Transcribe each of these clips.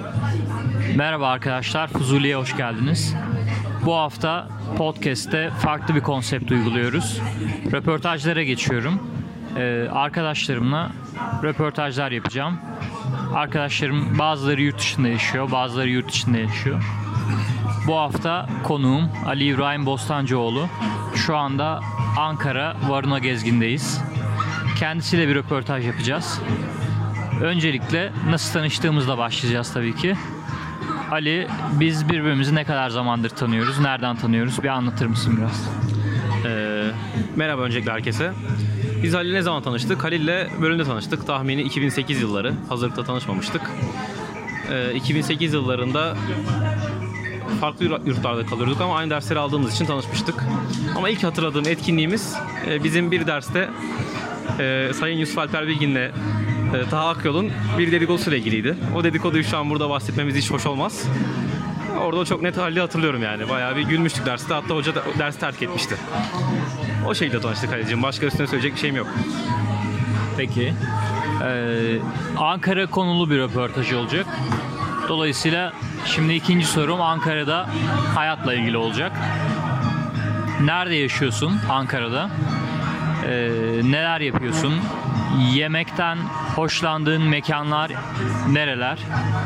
Merhaba arkadaşlar, Fuzuli'ye hoş geldiniz. Bu hafta podcast'te farklı bir konsept uyguluyoruz. Röportajlara geçiyorum. Arkadaşlarımla röportajlar yapacağım. Arkadaşlarım bazıları yurt dışında yaşıyor, bazıları yurt içinde yaşıyor. Bu hafta konuğum Ali İbrahim Bostancıoğlu. Şu anda Ankara Varuna gezgindeyiz. Kendisiyle bir röportaj yapacağız. Öncelikle nasıl tanıştığımızla başlayacağız tabii ki. Ali, biz birbirimizi ne kadar zamandır tanıyoruz? Nereden tanıyoruz? Bir anlatır mısın biraz? Merhaba öncelikle herkese. Biz Halil'le ne zaman tanıştık? Halil'le bölümde tanıştık. Tahmini 2008 yılları. Hazırlıkta tanışmamıştık. 2008 yıllarında farklı yurtlarda kalıyorduk ama aynı dersleri aldığımız için tanışmıştık. Ama ilk hatırladığım etkinliğimiz bizim bir derste Sayın Yusuf Alper Bilgin'le Taha Akyol'un bir dedikodusuyla ilgiliydi. O dedikoduyu şu an burada bahsetmemiz hiç hoş olmaz. Orada çok net Halil'i hatırlıyorum yani. Bayağı bir gülmüştük derste. Hatta hoca da dersi terk etmişti. O şekilde tanıştık Halil'ciğim. Başka üstüne söyleyecek bir şeyim yok. Peki. Ankara konulu bir röportaj olacak. Dolayısıyla şimdi ikinci sorum Ankara'da hayatla ilgili olacak. Nerede yaşıyorsun Ankara'da? Neler yapıyorsun? Yemekten hoşlandığın mekanlar nereler?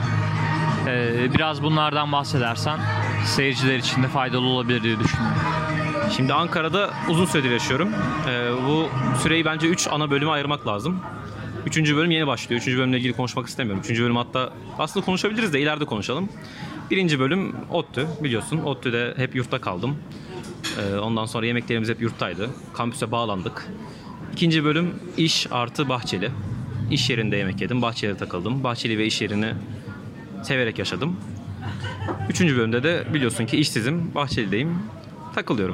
Biraz bunlardan bahsedersen seyirciler için de faydalı olabilir diye düşünüyorum. Şimdi Ankara'da uzun süredir yaşıyorum. Bu süreyi bence 3 ana bölüme ayırmak lazım. 3. bölüm yeni başlıyor. 3. bölümle ilgili konuşmak istemiyorum. 3. bölüm hatta aslında konuşabiliriz de ileride konuşalım. 1. bölüm ODTÜ biliyorsun. ODTÜ'de hep yurtta kaldım. Ondan sonra yemeklerimiz hep yurttaydı. Kampüse bağlandık. 2. bölüm iş artı Bahçeli. İş yerinde yemek yedim. Bahçeli'de takıldım. Bahçeli ve iş yerini severek yaşadım. 3. bölümde de biliyorsun ki işsizim. Bahçeli'deyim. Takılıyorum.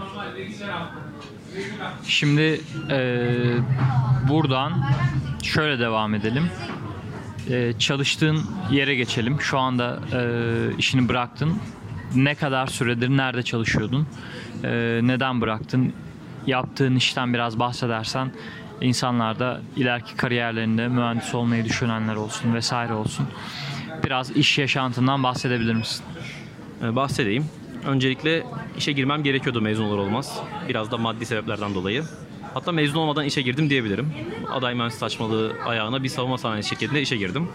Şimdi buradan şöyle devam edelim. Çalıştığın yere geçelim. Şu anda işini bıraktın. Ne kadar süredir nerede çalışıyordun? Neden bıraktın? Yaptığın işten biraz bahsedersen insanlar da ileriki kariyerlerinde mühendis olmayı düşünenler olsun vesaire olsun. Biraz iş yaşantından bahsedebilir misin? Bahsedeyim. Öncelikle işe girmem gerekiyordu mezun olur olmaz. Biraz da maddi sebeplerden dolayı. Hatta mezun olmadan işe girdim diyebilirim. Aday mühendis saçmalığı ayağına bir savunma sanayi şirketinde işe girdim.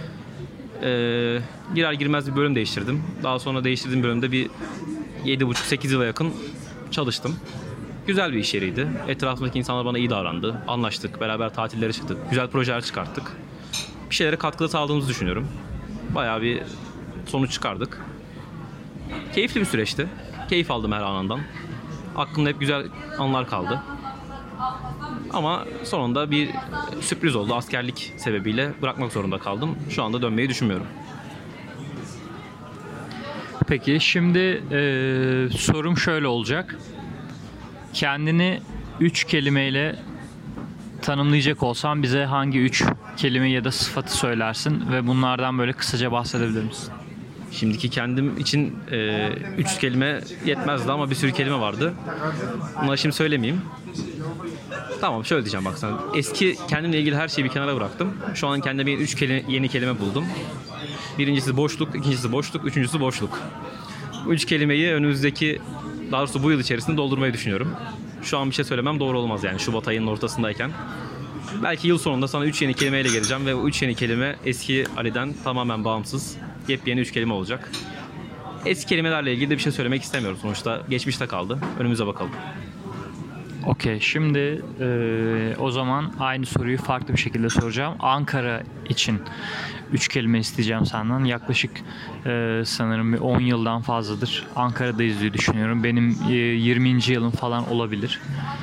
Girer girmez bir bölüm değiştirdim. Daha sonra değiştirdiğim bölümde bir 7,5-8 yıla yakın çalıştım. Güzel bir iş yeriydi. Etrafındaki insanlar bana iyi davrandı. Anlaştık, beraber tatillere çıktık. Güzel projeler çıkarttık. Bir şeylere katkıda sağladığımızı düşünüyorum. Bayağı bir sonuç çıkardık. Keyifli bir süreçti. Keyif aldım her anından. Aklımda hep güzel anılar kaldı. Ama sonunda bir sürpriz oldu. Askerlik sebebiyle bırakmak zorunda kaldım. Şu anda dönmeyi düşünmüyorum. Peki şimdi sorum şöyle olacak. Kendini 3 kelimeyle tanımlayacak olsan bize hangi 3 kelime ya da sıfatı söylersin ve bunlardan böyle kısaca bahsedebilir misin? Şimdiki kendim için 3 kelime yetmezdi ama bir sürü kelime vardı. Bunları şimdi söylemeyeyim. Tamam şöyle diyeceğim bak sana. Eski kendimle ilgili her şeyi bir kenara bıraktım. Şu an kendime 3 yeni kelime buldum. Birincisi boşluk, ikincisi boşluk, üçüncüsü boşluk. Bu 3 kelimeyi önümüzdeki, daha doğrusu bu yıl içerisinde doldurmayı düşünüyorum. Şu an bir şey söylemem doğru olmaz yani Şubat ayının ortasındayken. Belki yıl sonunda sana 3 yeni kelimeyle geleceğim ve o 3 yeni kelime eski Ali'den tamamen bağımsız. Yepyeni 3 kelime olacak. Eski kelimelerle ilgili de bir şey söylemek istemiyorum. Sonuçta geçmişte kaldı. Önümüze bakalım. Okey, şimdi o zaman aynı soruyu farklı bir şekilde soracağım. Ankara için 3 kelime isteyeceğim senden. Yaklaşık sanırım bir 10 yıldan fazladır Ankara'dayız diye düşünüyorum. Benim 20. yılım falan olabilir.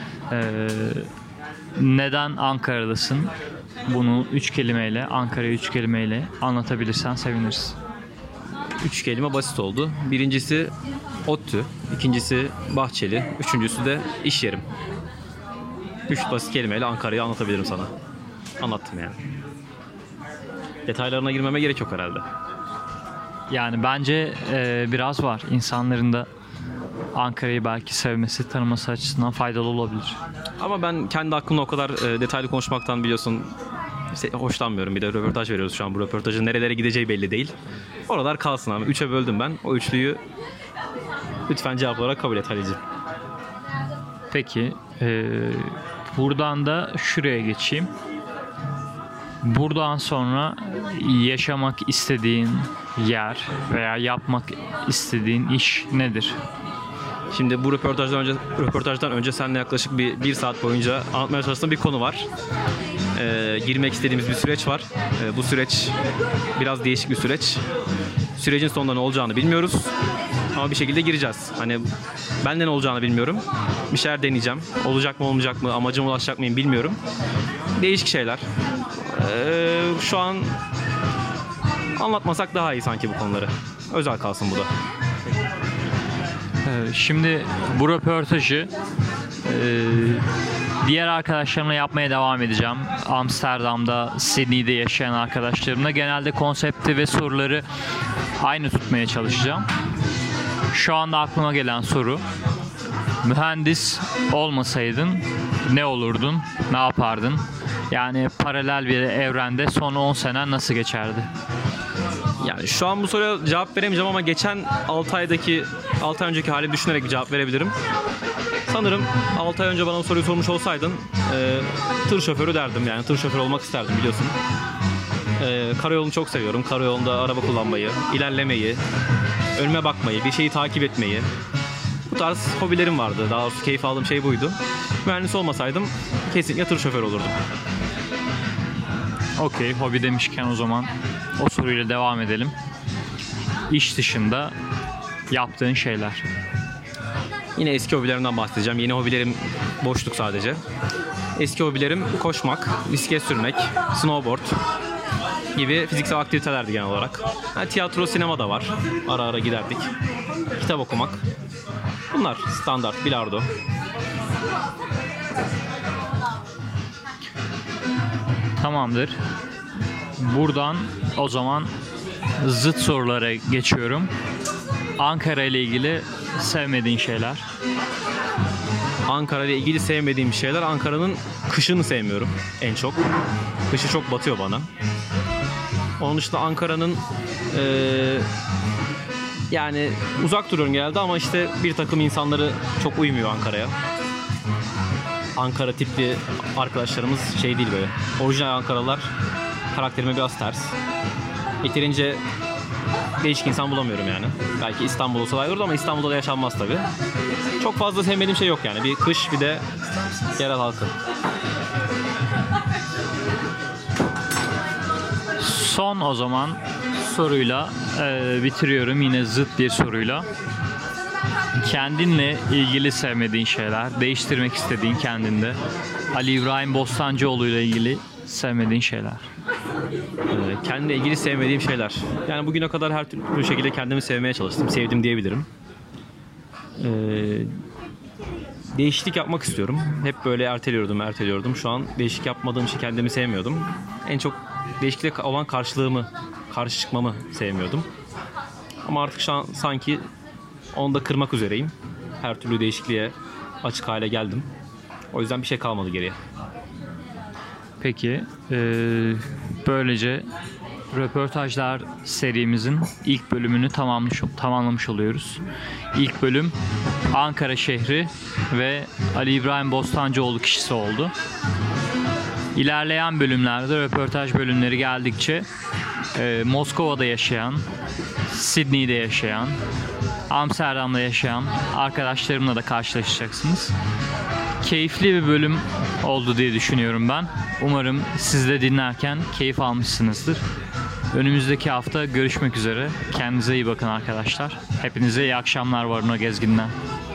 Neden Ankara'dasın? Bunu 3 kelimeyle, Ankara'yı 3 kelimeyle anlatabilirsen seviniriz. 3 kelime basit oldu. Birincisi ODTÜ, ikincisi Bahçeli, üçüncüsü de iş yerim. 3 basit kelimeyle Ankara'yı anlatabilirim sana. Anlattım yani. Detaylarına girmeme gerek yok herhalde. Yani bence biraz var. İnsanların da Ankara'yı belki sevmesi, tanıması açısından faydalı olabilir. Ama ben kendi hakkımda o kadar detaylı konuşmaktan biliyorsun Hoşlanmıyorum. Bir de röportaj veriyoruz şu an. Bu röportajın nerelere gideceği belli değil. Oralar kalsın abi. 3'e böldüm ben. O üçlüyü lütfen cevap olarak kabul et Halil'ciğim. Peki. Buradan da şuraya geçeyim. Buradan sonra yaşamak istediğin yer veya yapmak istediğin iş nedir? Şimdi bu röportajdan önce seninle yaklaşık bir saat boyunca anlatmaya çalıştığım bir konu var. Girmek istediğimiz bir süreç var. Bu süreç biraz değişik bir süreç. Sürecin sonunda ne olacağını bilmiyoruz. Ama bir şekilde gireceğiz. Hani ben de ne olacağını bilmiyorum. Bir şeyler deneyeceğim. Olacak mı olmayacak mı, amacıma ulaşacak mıyım bilmiyorum. Değişik şeyler. Şu an anlatmasak daha iyi sanki bu konuları. Özel kalsın bu da. Şimdi bu röportajı diğer arkadaşlarımla yapmaya devam edeceğim. Amsterdam'da, Sydney'de yaşayan arkadaşlarımla genelde konsepti ve soruları aynı tutmaya çalışacağım. Şu anda aklıma gelen soru: mühendis olmasaydın ne olurdun, ne yapardın? Yani paralel bir evrende son 10 senen nasıl geçerdi? Yani şu an bu soruya cevap veremeyeceğim ama geçen 6 ay önceki hali düşünerek bir cevap verebilirim. Sanırım 6 ay önce bana bu soruyu sormuş olsaydın tır şoförü derdim, yani tır şoförü olmak isterdim biliyorsun. Karayolunu çok seviyorum. Karayolunda araba kullanmayı, ilerlemeyi, önüme bakmayı, bir şeyi takip etmeyi. Bu tarz hobilerim vardı. Daha doğrusu keyif aldığım şey buydu. Mühendis olmasaydım kesinlikle tır şoförü olurdum. Okey, hobi demişken o zaman o soruyla devam edelim. İş dışında yaptığın şeyler. Yine eski hobilerimden bahsedeceğim. Yeni hobilerim boşluk sadece. Eski hobilerim koşmak, bisiklet sürmek, snowboard gibi fiziksel aktivitelerdi genel olarak. Tiyatro, sinema da var. Ara ara giderdik. Kitap okumak. Bunlar standart, bilardo. Tamamdır. Buradan o zaman zıt sorulara geçiyorum. Ankara ile ilgili sevmediğin şeyler. Ankara ile ilgili sevmediğim şeyler, Ankara'nın kışını sevmiyorum en çok. Kışı çok batıyor bana. Onun dışında Ankara'nın yani uzak duruyorum genelde ama işte bir takım insanları çok uymuyor Ankara'ya. Ankara tipli arkadaşlarımız şey değil böyle. Orijinal Ankaralılar karakterime biraz ters. Yeterince değişik insan bulamıyorum yani. Belki İstanbul olsa daha iyi olur ama İstanbul'da da yaşanmaz tabii. Çok fazla sevmediğim şey yok yani. Bir kış, bir de yerel halkı. Son o zaman soruyla bitiriyorum, yine zıt bir soruyla. Kendinle ilgili sevmediğin şeyler, değiştirmek istediğin kendinde. Ali İbrahim Bostancıoğlu ile ilgili sevmediğin şeyler. Kendimle ilgili sevmediğim şeyler. Yani bugüne kadar her türlü şekilde kendimi sevmeye çalıştım. Sevdim diyebilirim. Değişiklik yapmak istiyorum. Hep böyle erteliyordum. Şu an değişiklik yapmadığım için kendimi sevmiyordum. En çok değişiklikle olan karşı çıkmamı sevmiyordum. Ama artık şu an sanki onu da kırmak üzereyim. Her türlü değişikliğe açık hale geldim. O yüzden bir şey kalmadı geriye. Peki, böylece röportajlar serimizin ilk bölümünü tamamlamış oluyoruz. İlk bölüm Ankara şehri ve Ali İbrahim Bostancıoğlu kişisi oldu. İlerleyen bölümlerde röportaj bölümleri geldikçe Moskova'da yaşayan, Sydney'de yaşayan, Amsterdam'da yaşayan arkadaşlarımla da karşılaşacaksınız. Keyifli bir bölüm oldu diye düşünüyorum ben. Umarım siz de dinlerken keyif almışsınızdır. Önümüzdeki hafta görüşmek üzere. Kendinize iyi bakın arkadaşlar. Hepinize iyi akşamlar Varuna Gezgin'den.